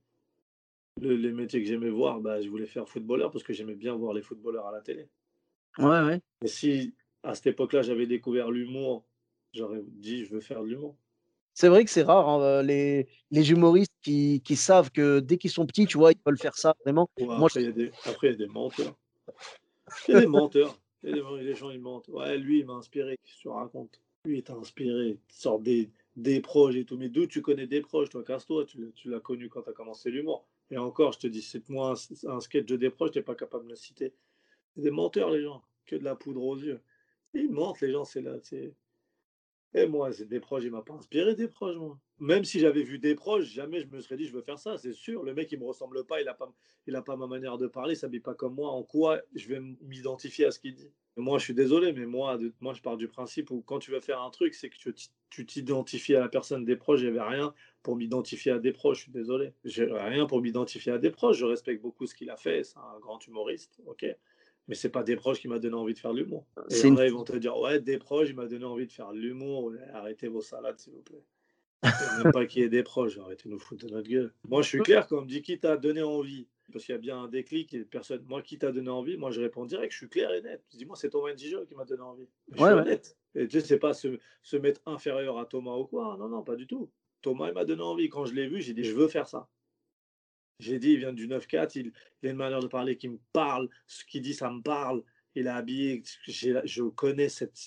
les métiers que j'aimais voir, bah, je voulais faire footballeur parce que j'aimais bien voir les footballeurs à la télé. Ouais, ouais. Et si à cette époque-là, j'avais découvert l'humour, j'aurais dit: «Je veux faire de l'humour». C'est vrai que c'est rare, hein, les humoristes qui savent que dès qu'ils sont petits, tu vois, ils veulent faire ça, vraiment. Ouais, Moi, après, il y a des menteurs. Il y a des menteurs. Les gens, ils mentent. «Ouais, lui, il m'a inspiré». Qu'est-ce que tu racontes? Lui, il t'a inspiré. Tu sors des proches et tout. Mais d'où tu connais des proches, toi? Casse-toi, tu l'as connu quand tu as commencé l'humour. Et encore, je te dis, cite-moi un sketch de Desproges, tu es pas capable de me le citer. C'est des menteurs, les gens. Que de la poudre aux yeux. Ils mentent, les gens, c'est là, c'est et moi, c'est Desproges, il m'a pas inspiré Desproges, moi. Même si j'avais vu Desproges, jamais je me serais dit: «Je veux faire ça», c'est sûr. Le mec, il me ressemble pas, il a pas ma manière de parler, il s'habille pas comme moi. En quoi je vais m'identifier à ce qu'il dit? Moi, je suis désolé, mais moi, je pars du principe où quand tu vas faire un truc, c'est que tu t'identifies à la personne Desproges. J'avais rien pour m'identifier à Desproges, je suis désolé. J'ai rien pour m'identifier à Desproges. Je respecte beaucoup ce qu'il a fait, c'est un grand humoriste, OK, mais c'est pas Desproges qui m'a donné envie de faire de l'humour. Et il y c'est en une a, ils vont te dire: «Ouais, Desproges, il m'a donné envie de faire de l'humour». Ouais, arrêtez vos salades, s'il vous plaît. Je sais même pas qui est Desproges, arrêtez de nous foutre de notre gueule. Moi, je suis clair quand on me dit: «Qui t'a donné envie?» Parce qu'il y a bien un déclic et personne moi, qui t'a donné envie? Moi, je réponds direct, je suis clair et net. Je dis: «Moi, c'est Thomas N'Djidjo qui m'a donné envie». Je suis Ouais, ouais. honnête et tu sais, c'est pas se mettre inférieur à Thomas ou quoi, hein. Non, non, pas du tout. Thomas, il m'a donné envie. Quand je l'ai vu, j'ai dit: «Je veux faire ça». J'ai dit: «Il vient du 9-4, il a une manière de parler qui me parle, ce qu'il dit, ça me parle. Il est habillé, je connais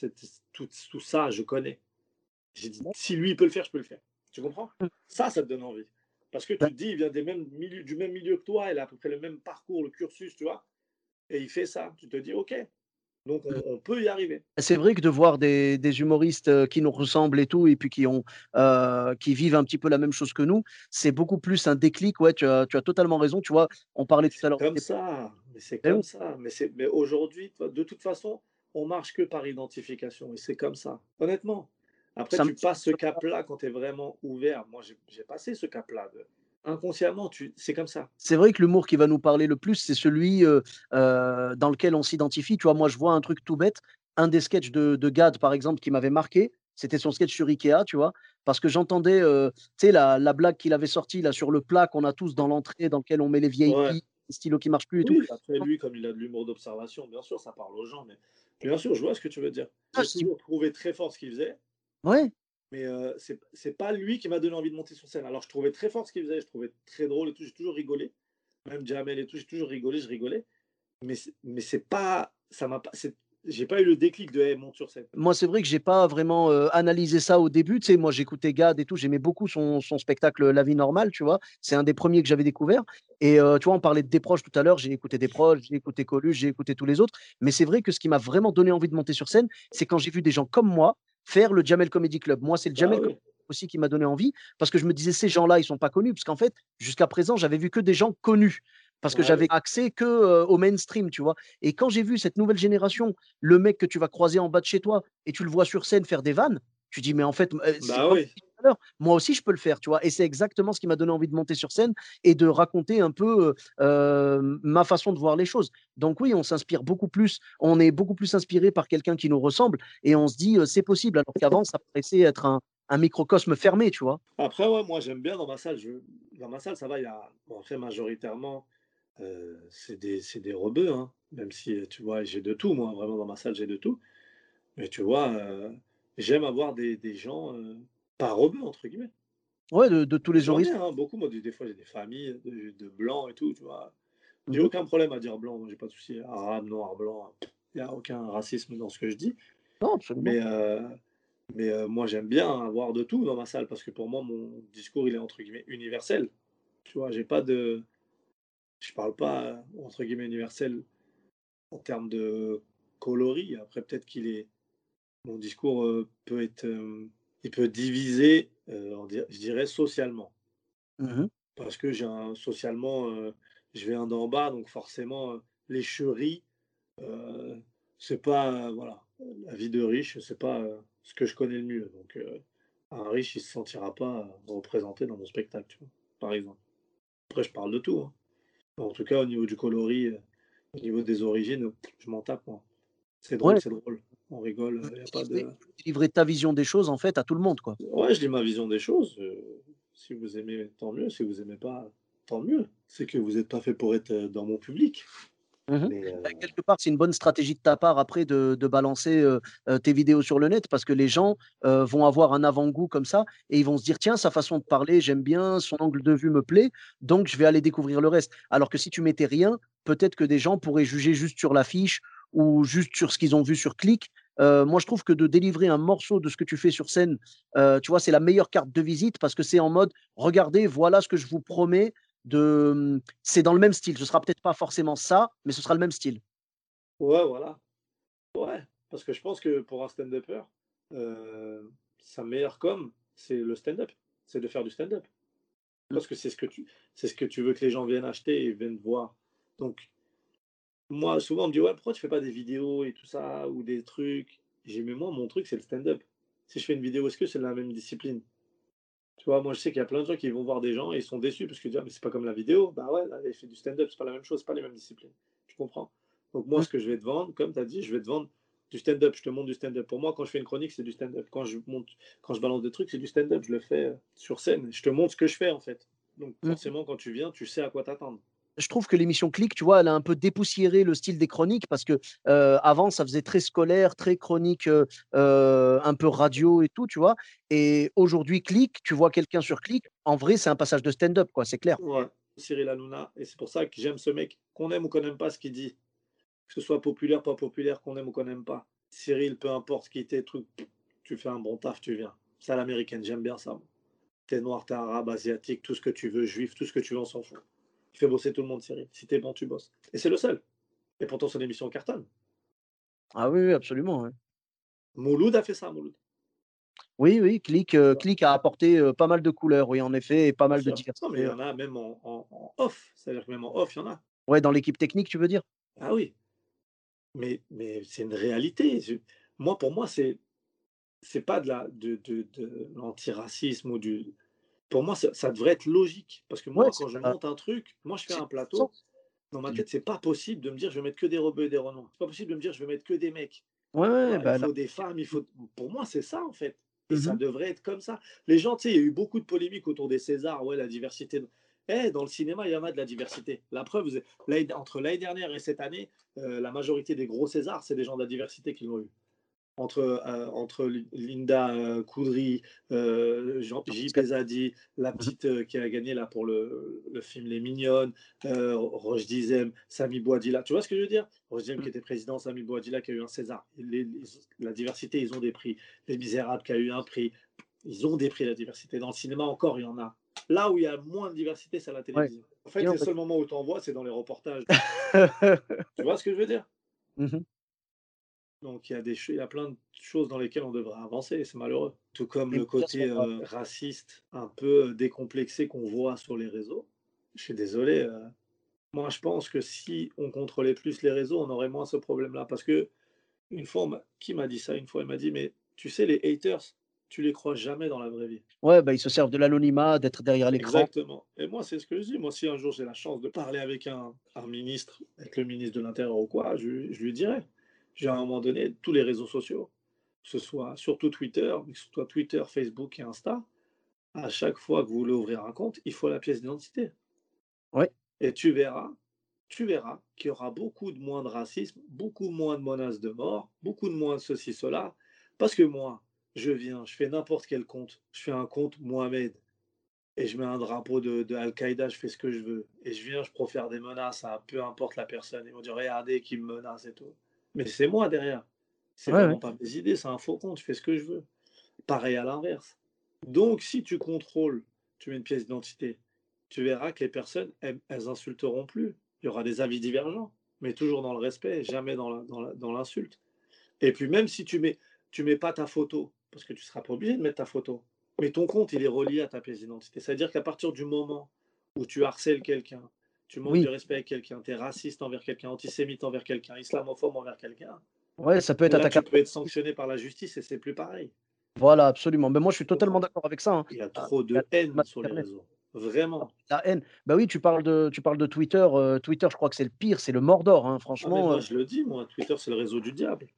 tout ça, je connais». J'ai dit: «Si lui, il peut le faire, je peux le faire». Tu comprends? Ça te donne envie. Parce que tu te dis: «Il vient du même milieu que toi, il a à peu près le même parcours, le cursus», tu vois? Et il fait ça. Tu te dis: «OK». Donc, Mmh. on peut y arriver. C'est vrai que de voir des humoristes, qui nous ressemblent et tout et puis qui vivent un petit peu la même chose que nous, c'est beaucoup plus un déclic. Ouais, tu as totalement raison, tu vois? On parlait Mais tout à c'est l'heure comme des ça, mais c'est eh oui, comme ça. Mais aujourd'hui, de toute façon, on marche que par identification et c'est comme ça, honnêtement. Après, ça tu marche passes ce cap-là quand tu es vraiment ouvert. Moi, j'ai passé ce cap-là. Inconsciemment, c'est comme ça. c'est vrai que l'humour qui va nous parler le plus, c'est celui, dans lequel on s'identifie. Tu vois? Moi, je vois un truc tout bête, un des sketchs de Gad, par exemple, qui m'avait marqué, c'était son sketch sur IKEA, tu vois? Parce que j'entendais, tu sais, la blague qu'il avait sortie là sur le plat qu'on a tous dans l'entrée, dans lequel on met les vieilles Ouais. piles, les stylos qui marchent plus et tout. Oui, après lui, comme il a de l'humour d'observation, bien sûr, ça parle aux gens, mais bien sûr, je vois ce que tu veux dire. Ah, J'ai je dis toujours trouvé très fort ce qu'il faisait, ouais, mais c'est pas lui qui m'a donné envie de monter sur scène. Alors, je trouvais très fort ce qu'il faisait, je trouvais très drôle et tout, j'ai toujours rigolé. Même Jamel et tout, j'ai toujours rigolé, je rigolais. Mais c'est pas, ça m'a pas, j'ai pas eu le déclic de hey, monte sur scène. moi, c'est vrai que j'ai pas vraiment, analysé ça au début. Tu sais, moi, j'écoutais Gad et tout, j'aimais beaucoup son spectacle, La vie normale, tu vois? C'est un des premiers que j'avais découvert et tu vois, on parlait de Desproges tout à l'heure, j'ai écouté Desproges, j'ai écouté Coluche, j'ai écouté tous les autres. Mais c'est vrai que ce qui m'a vraiment donné envie de monter sur scène, c'est quand j'ai vu des gens comme moi faire le Jamel Comedy Club. Moi, c'est le Bah Jamel Comedy oui, Club aussi qui m'a donné envie parce que je me disais: «Ces gens-là, ils sont pas connus» parce qu'en fait, jusqu'à présent, j'avais vu que des gens connus parce que bah j'avais oui. accès que, au mainstream, tu vois? Et quand j'ai vu cette nouvelle génération, le mec que tu vas croiser en bas de chez toi et tu le vois sur scène faire des vannes, tu dis: «Mais en fait, c'est Bah comme oui. je disais tout à l'heure, moi aussi je peux le faire», tu vois? Et c'est exactement ce qui m'a donné envie de monter sur scène et de raconter un peu, ma façon de voir les choses. Donc oui, on est beaucoup plus inspiré par quelqu'un qui nous ressemble et on se dit, «C'est possible», alors qu'avant ça paraissait être un microcosme fermé, tu vois? Après, ouais, moi j'aime bien dans ma salle. Dans ma salle, ça va, il y a, bon, après, majoritairement, c'est des rebeux, hein. Même si, tu vois, j'ai de tout, moi, vraiment, dans ma salle, j'ai de tout. Mais tu vois, j'aime avoir des gens pas rebeux, entre guillemets. Ouais, de tous les J'en ai, horizons. hein, beaucoup. Moi, des fois, j'ai des familles de blancs et tout, tu vois. J'ai Mmh. aucun problème à dire blanc, moi, j'ai pas de souci. Arabe, noir, blanc, il n'y a aucun racisme dans ce que je dis. Non, absolument. Mais, moi, j'aime bien avoir de tout dans ma salle parce que pour moi, mon discours, il est entre guillemets universel. Tu vois, j'ai pas de. Je parle pas entre guillemets universel en termes de coloris. Après, peut-être qu'il est. Mon discours peut être. Il peut diviser, je dirais, socialement. Mmh. Parce que socialement, je viens d'en bas, donc forcément, les cheries, euh, c'est pas. Voilà. La vie de riche, c'est pas ce que je connais le mieux. Donc, un riche, il se sentira pas représenté dans mon spectacle, tu vois, par exemple. Après, je parle de tout, hein. En tout cas, au niveau du coloris, au niveau des origines, je m'en tape, moi. C'est drôle, Ouais, c'est drôle. On rigole, il y a pas de. délivrer ta vision des choses, en fait, à tout le monde, quoi. Ouais, je dis ma vision des choses. Si vous aimez, tant mieux. Si vous aimez pas, tant mieux. C'est que vous n'êtes pas fait pour être dans mon public. Mmh. Mais Bah, quelque part, c'est une bonne stratégie de ta part après de balancer, tes vidéos sur le net parce que les gens, vont avoir un avant-goût comme ça et ils vont se dire: «Tiens, sa façon de parler, j'aime bien, son angle de vue me plaît, donc je vais aller découvrir le reste». Alors que si tu mettais rien, peut-être que des gens pourraient juger juste sur l'affiche ou juste sur ce qu'ils ont vu sur Click. Moi, je trouve que de délivrer un morceau de ce que tu fais sur scène, tu vois, c'est la meilleure carte de visite parce que c'est en mode: «Regardez, voilà ce que je vous promets c'est dans le même style. Ce sera peut-être pas forcément ça, mais ce sera le même style. ouais, voilà. Ouais, parce que je pense que pour un stand-upper, sa meilleure com, c'est le stand-up. C'est de faire du stand-up. Mmh. Parce que c'est ce que tu veux que les gens viennent acheter et viennent voir. Donc, moi, souvent, on me dit: «Ouais, pourquoi tu fais pas des vidéos et tout ça ou des trucs?» J'ai dit: «Mais moi, mon truc, c'est le stand-up. Si je fais une vidéo, est-ce que c'est la même discipline?» Tu vois? Moi, je sais qu'il y a plein de gens qui vont voir des gens et ils sont déçus parce qu'ils disent: «Ah, mais c'est pas comme la vidéo». Bah ouais, là, il fait du stand-up, c'est pas la même chose, c'est pas les mêmes disciplines. Tu comprends? Donc moi, Mmh. ce que je vais te vendre, comme tu as dit, je vais te vendre du stand-up. Je te montre du stand-up. Pour moi, quand je fais une chronique, c'est du stand-up. Quand je balance des trucs, c'est du stand-up. Je le fais, sur scène. Je te montre ce que je fais, en fait. Donc Mmh. forcément, quand tu viens, tu sais à quoi t'attendre. Je trouve que l'émission Click, tu vois, elle a un peu dépoussiéré le style des chroniques parce que, avant, ça faisait très scolaire, très chronique, un peu radio et tout, tu vois? Et aujourd'hui, Click, tu vois quelqu'un sur Click, en vrai, c'est un passage de stand-up, quoi, c'est clair. Ouais. Cyril Hanouna et c'est pour ça que j'aime ce mec, qu'on aime ou qu'on n'aime pas ce qu'il dit, que ce soit populaire, pas populaire, qu'on aime ou qu'on n'aime pas. Cyril, peu importe qui t'es, truc, tu fais un bon taf, tu viens. C'est à l'américaine, j'aime bien ça. T'es noir, t'es arabe, asiatique, tout ce que tu veux, juif, tout ce que tu veux, on s'en fout. Il fait bosser tout le monde, Cyril. Si t'es bon, tu bosses. Et c'est le seul. Et pourtant, son émission cartonne. Ah oui, oui, absolument, ouais. Mouloud a fait ça, Mouloud. Oui, oui, Click a apporté, pas mal de couleurs, oui, en effet et pas Bien mal de sûr. Non, mais il diversité, y ouais. en a même en off. C'est-à-dire que même en off, il y en a. Ouais, dans l'équipe technique, tu veux dire? Ah oui, mais c'est une réalité. Moi, pour moi, c'est pas de l'antiracisme ou du. Pour moi, ça devrait être logique. Parce que Ouais, moi, quand je monte un truc, moi, je fais c'est un du bon plateau. sens. Dans ma C'est du tête, c'est pas possible de me dire je vais mettre que des rebeux et des renoms. C'est pas possible de me dire je vais mettre que des mecs. ouais, Tu ouais, vois, il bah, là faut des femmes, il faut. Pour moi, c'est ça en fait. Et ça mmh devrait être comme ça. Les gens, tu sais, il y a eu beaucoup de polémiques autour des Césars. Ouais, la diversité. Dans le cinéma, il y en a de la diversité. La preuve, entre l'année dernière et cette année, la majorité des gros Césars, c'est des gens de la diversité qui l'ont eu entre Linda Coudry, JP Zadi, la Mmh. petite qui a gagné là pour le film Les Mignonnes, Roche Dizem, Sami Bouadila. Tu vois ce que je veux dire? Roche Dizem Mmh. qui était président, Sami Bouadila qui a eu un César. La diversité, ils ont des prix. Les Misérables qui a eu un prix. Ils ont des prix, la diversité. Dans le cinéma, encore, il y en a. Là où il y a moins de diversité, c'est à la Ouais. télévision. En fait, Bien, les bah seuls moments où tu en vois, c'est dans les reportages. Tu vois ce que je veux dire? Mmh. Donc il y a plein de choses dans lesquelles on devrait avancer, et c'est malheureux. Tout comme Et le dire côté sur, raciste un peu décomplexé qu'on voit sur les réseaux. Je suis désolé, moi je pense que si on contrôlait plus les réseaux, on aurait moins ce problème-là. Parce que une fois, qui m'a dit ça une fois? Il m'a dit, mais tu sais, les haters, tu les crois jamais dans la vraie vie. ouais, bah, ils se servent de l'anonymat, d'être derrière l'écran. Exactement. Et moi, c'est ce que je dis. Moi, si un jour j'ai la chance de parler avec un ministre, avec le ministre de l'Intérieur ou quoi, je lui dirais. J'ai à un moment donné, tous les réseaux sociaux, que ce soit surtout Twitter, que ce soit Twitter, Facebook et Insta, à chaque fois que vous voulez ouvrir un compte, il faut la pièce d'identité. Ouais, Et tu verras qu'il y aura beaucoup de moins de racisme, beaucoup moins de menaces de mort, beaucoup de moins de ceci, cela. Parce que moi, je viens, je fais n'importe quel compte. Je fais un compte Mohamed et je mets un drapeau de Al-Qaïda, je fais ce que je veux. Et je viens, je profère des menaces à peu importe la personne. Ils vont dire, regardez qui me menace et tout. Mais c'est moi derrière. C'est ouais, ouais. vraiment pas mes idées, c'est un faux compte, je fais ce que je veux. Pareil à l'inverse. Donc, si tu contrôles, tu mets une pièce d'identité, tu verras que les personnes, elles insulteront plus. Il y aura des avis divergents, mais toujours dans le respect, jamais dans l'insulte. Et puis, même si tu mets pas ta photo, parce que tu seras pas obligé de mettre ta photo, mais ton compte, il est relié à ta pièce d'identité. C'est-à-dire qu'à partir du moment où tu harcèles quelqu'un, tu manques de Oui, respect avec quelqu'un, tu es raciste envers quelqu'un, antisémite envers quelqu'un, islamophobe envers quelqu'un, ouais, ça peut être là, tu attaquable. peux être sanctionné par la justice et c'est plus pareil. Voilà, absolument. Mais moi, je suis Tu totalement comprends? d'accord avec ça, hein. Il y a Ah, trop il y a de haine sur les internet, réseaux. Vraiment. la haine. Bah, oui, tu parles de Twitter, Twitter, je crois que c'est le pire, c'est le Mordor, hein, Ah, mais franchement, moi, je le dis, moi, Twitter, c'est le réseau du diable.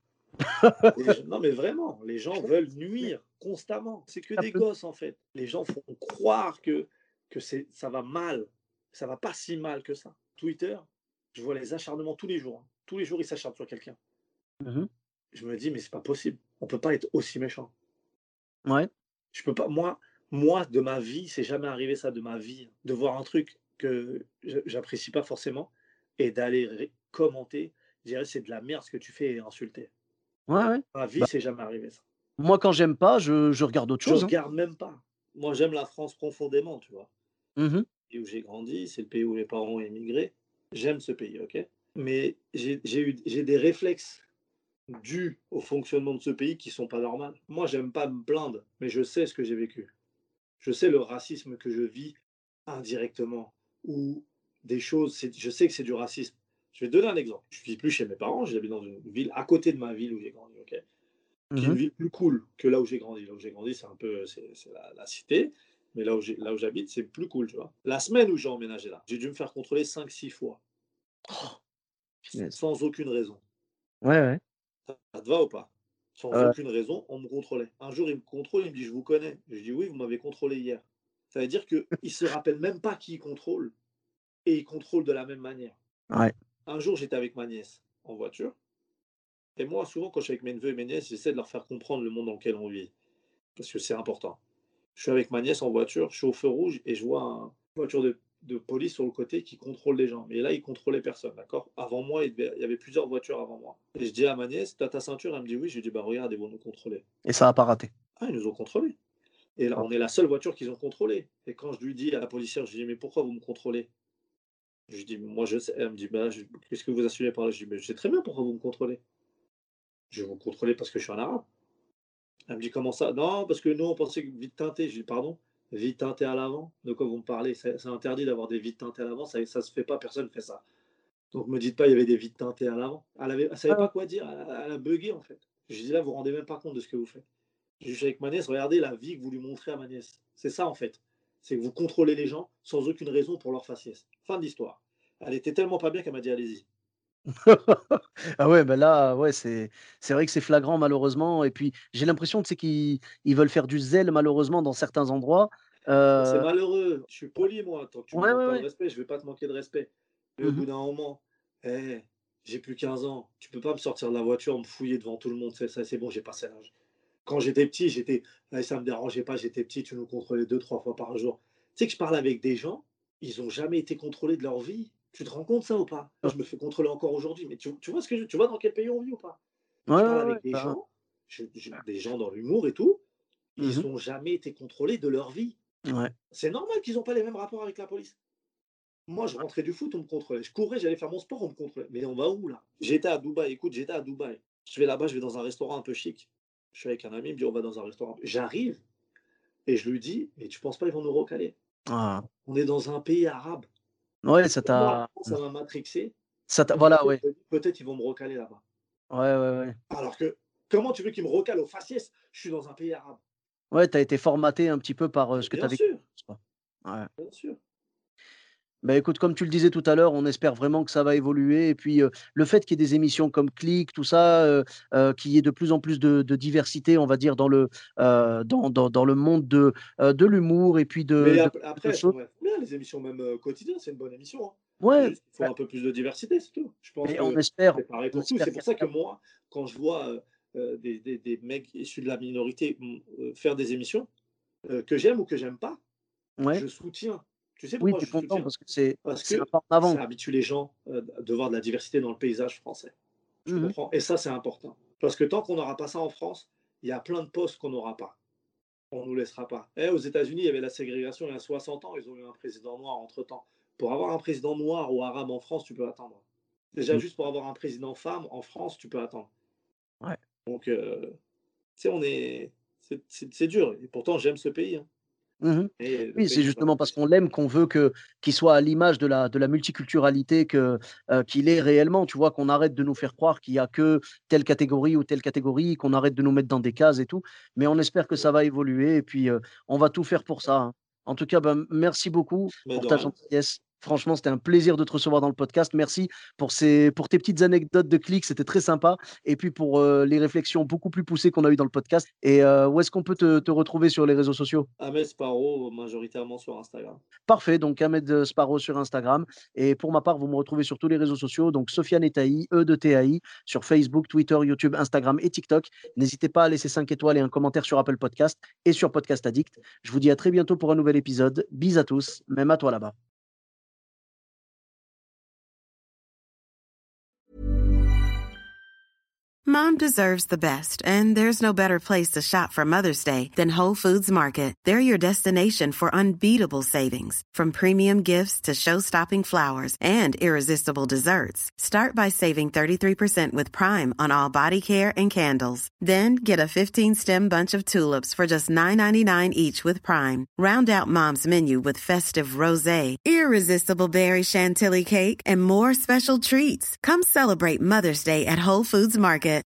Non, mais vraiment, les gens franchement, veulent nuire constamment. C'est que des capte gosses, en fait. Les gens font croire que ça va mal. Ça va pas si mal que ça. Twitter, je vois les acharnements tous les jours, hein. Tous les jours, ils s'acharnent sur quelqu'un. mmh. Je me dis, mais c'est pas possible. On peut pas être aussi méchant. Ouais, Je peux pas. Moi, de ma vie, c'est jamais arrivé ça de ma vie, de voir un truc que j'apprécie pas forcément et d'aller commenter, je dirais c'est de la merde ce que tu fais et insulter. ouais, ouais. Ma vie, Bah, c'est jamais arrivé ça. moi, quand j'aime pas, je regarde autre Je chose, hein. regarde même pas. Moi, j'aime la France profondément, tu vois. Mmh. Et où j'ai grandi, c'est le pays où mes parents ont émigré. J'aime ce pays, ok. Mais j'ai des réflexes dus au fonctionnement de ce pays qui sont pas normaux. Moi, j'aime pas me plaindre, mais je sais ce que j'ai vécu. Je sais le racisme que je vis indirectement ou des choses, je sais que c'est du racisme. Je vais te donner un exemple. Je ne vis plus chez mes parents, j'habite dans une ville à côté de ma ville où j'ai grandi, ok, qui est une Mmh. ville plus cool que là où j'ai grandi. Là où j'ai grandi, c'est un peu, c'est la cité, mais là où j'habite, c'est plus cool, tu vois. La semaine où j'ai emménagé là, j'ai dû me faire contrôler 5 6 fois, Oh, punaise. sans aucune raison. Ouais, ouais. Ça te va ou pas? Sans Heu, aucune raison, on me contrôlait. Un jour, il me contrôle, il me dit, je vous connais. Je dis, oui, vous m'avez contrôlé hier. Ça veut dire qu'il ne se rappelle même pas qui il contrôle et il contrôle de la même manière. ouais. Un jour, j'étais avec ma nièce en voiture. Et moi, souvent, quand je suis avec mes neveux et mes nièces, j'essaie de leur faire comprendre le monde dans lequel on vit. Parce que c'est important. Je suis avec ma nièce en voiture, je suis au feu rouge et je vois une voiture de police sur le côté qui contrôle les gens. Mais là, il contrôlait personne, d'accord. Avant moi, il y avait plusieurs voitures avant moi. Et je dis à ma nièce, t'as ta ceinture? Elle me dit oui. Je lui dis, bah regarde, ils vont nous contrôler. Et ça a pas raté. Ah, ils nous ont contrôlés. Et là, Ah. on est la seule voiture qu'ils ont contrôlée. Et quand je lui dis à la policière, je lui dis, mais pourquoi vous me contrôlez? Je lui dis, moi je sais. Elle me dit, bah, qu'est-ce que vous assumez par là? Je dis, mais je sais très bien pourquoi vous me contrôlez. Je vais vous contrôler parce que je suis un arabe. Elle me dit, comment ça? Non, parce que nous, on pensait que vide teinté. Je dis, pardon, vide teinté à l'avant? De quoi vous me parlez? C'est interdit d'avoir des vides teintés à l'avant, ça se fait pas, personne ne fait ça. Donc me dites pas, il y avait des vides teintés à l'avant. Elle savait pas quoi dire, elle a bugué en fait. Je dis là, vous vous rendez même pas compte de ce que vous faites. Je suis avec ma nièce, regardez la vie que vous lui montrez à ma nièce. C'est ça en fait. C'est que vous contrôlez les gens sans aucune raison pour leur faciès. Fin de l'histoire. Elle était tellement pas bien qu'elle m'a dit, allez-y. Ah ouais, bah là, ouais, c'est vrai que c'est flagrant malheureusement et puis j'ai l'impression, tu sais, qu'ils veulent faire du zèle malheureusement dans certains endroits. Mais c'est Heu, malheureux. Je suis poli, moi. Tant que tu me ouais, manques ouais, pas de ouais. respect, je vais pas te manquer de respect. Mais au Mmh. bout d'un moment, eh, j'ai plus 15 ans. Tu peux pas me sortir de la voiture, me fouiller devant tout le monde. C'est bon, j'ai passé l'âge. Quand j'étais petit, ça me dérangeait pas. J'étais petit, tu nous contrôlais 2, 3 fois par jour. Tu sais que je parle avec des gens, ils ont jamais été contrôlés de leur vie. Tu te rends compte ça ou pas? Moi, je me fais contrôler encore aujourd'hui. Mais tu vois tu vois dans quel pays on vit ou pas? Ouais, Je parle ouais, ouais, avec des bah, gens, des gens dans l'humour et tout, mmh ils ont jamais été contrôlés de leur vie. ouais. C'est normal qu'ils n'ont pas les mêmes rapports avec la police. Moi, je rentrais du foot, on me contrôlait. Je courais, j'allais faire mon sport, on me contrôlait. Mais on va où là? J'étais à Dubaï, écoute, j'étais à Dubaï. Je vais là-bas, je vais dans un restaurant un peu chic. Je suis avec un ami, il me dit on va dans un restaurant. J'arrive et je lui dis, mais tu penses pas ils vont nous recaler? Ah. On est dans un pays arabe. Ouais, ça Moi, t'a ça m'a matrixé. ça t'a Dans ma voilà, tête, ouais. je me dis, peut-être ils vont me recaler là-bas. Ouais, ouais, ouais. Alors que, comment tu veux qu'ils me recalent au faciès? Je suis dans un pays arabe. Ouais, tu as été formaté un petit peu par, Mais ce que tu as vécu, quoi. Ouais. bien sûr. Bah, écoute, comme tu le disais tout à l'heure, on espère vraiment que ça va évoluer et puis, le fait qu'il y ait des émissions comme Click, tout ça, qu'il y ait de plus en plus de diversité, on va dire, dans le monde de l'humour et puis Mais de de après, elles choses. sont bien, les émissions, même quotidiennes, c'est une bonne émission, hein. C'est Ouais, juste qu'il faut bah, un peu plus de diversité, c'est tout. Je pense mais que c'est pareil on pour tout. espère C'est qu'il pour ça y que a moi, quand je vois des mecs issus de la minorité faire des émissions que j'aime ou que j'aime pas, ouais, je soutiens. Tu sais oui, pourquoi tu es je content soutiens? parce que Parce c'est un que pas en avant, ça quoi. habitue les gens de voir de la diversité dans le paysage français. Tu Mmh. comprends? Et ça, c'est important. Parce que tant qu'on n'aura pas ça en France, il y a plein de postes qu'on n'aura pas. On ne nous laissera pas. Aux États-Unis, il y avait la ségrégation il y a 60 ans, ils ont eu un président noir entre-temps. Pour avoir un président noir ou arabe en France, tu peux attendre. Déjà, Mmh. juste pour avoir un président femme en France, tu peux attendre. Ouais. Donc, tu sais, c'est dur. Et pourtant, j'aime ce pays, hein. Mmh. Et le Oui, pays c'est n'est pas justement parce facile. qu'on l'aime qu'on veut qu'il soit à l'image de la multiculturalité qu'il est réellement, tu vois? Qu'on arrête de nous faire croire qu'il y a que telle catégorie ou telle catégorie, qu'on arrête de nous mettre dans des cases et tout. Mais on espère que ça va évoluer et puis, on va tout faire pour ça, hein. En tout cas, ben, merci beaucoup Mais pour de ta rien. gentillesse. Franchement, c'était un plaisir de te recevoir dans le podcast. Merci pour tes petites anecdotes de clics, c'était très sympa et puis pour, les réflexions beaucoup plus poussées qu'on a eues dans le podcast et où est-ce qu'on peut te retrouver sur les réseaux sociaux? Ahmed Sparrow, majoritairement sur Instagram. Parfait, donc Ahmed Sparrow sur Instagram et pour ma part, vous me retrouvez sur tous les réseaux sociaux, donc Sofiane et Taï, E de TAI, sur Facebook, Twitter, YouTube, Instagram et TikTok. N'hésitez pas à laisser 5 étoiles et un commentaire sur Apple Podcast et sur Podcast Addict. Je vous dis à très bientôt pour un nouvel épisode. Bis à tous, même à toi là-bas. Mom deserves the best, and there's no better place to shop for Mother's Day than Whole Foods Market. They're your destination for unbeatable savings, from premium gifts to show-stopping flowers and irresistible desserts. Start by saving 33% with Prime on all body care and candles. Then get a 15-stem bunch of tulips for just $9.99 each with Prime. Round out Mom's menu with festive rosé, irresistible berry chantilly cake, and more special treats. Come celebrate Mother's Day at Whole Foods Market.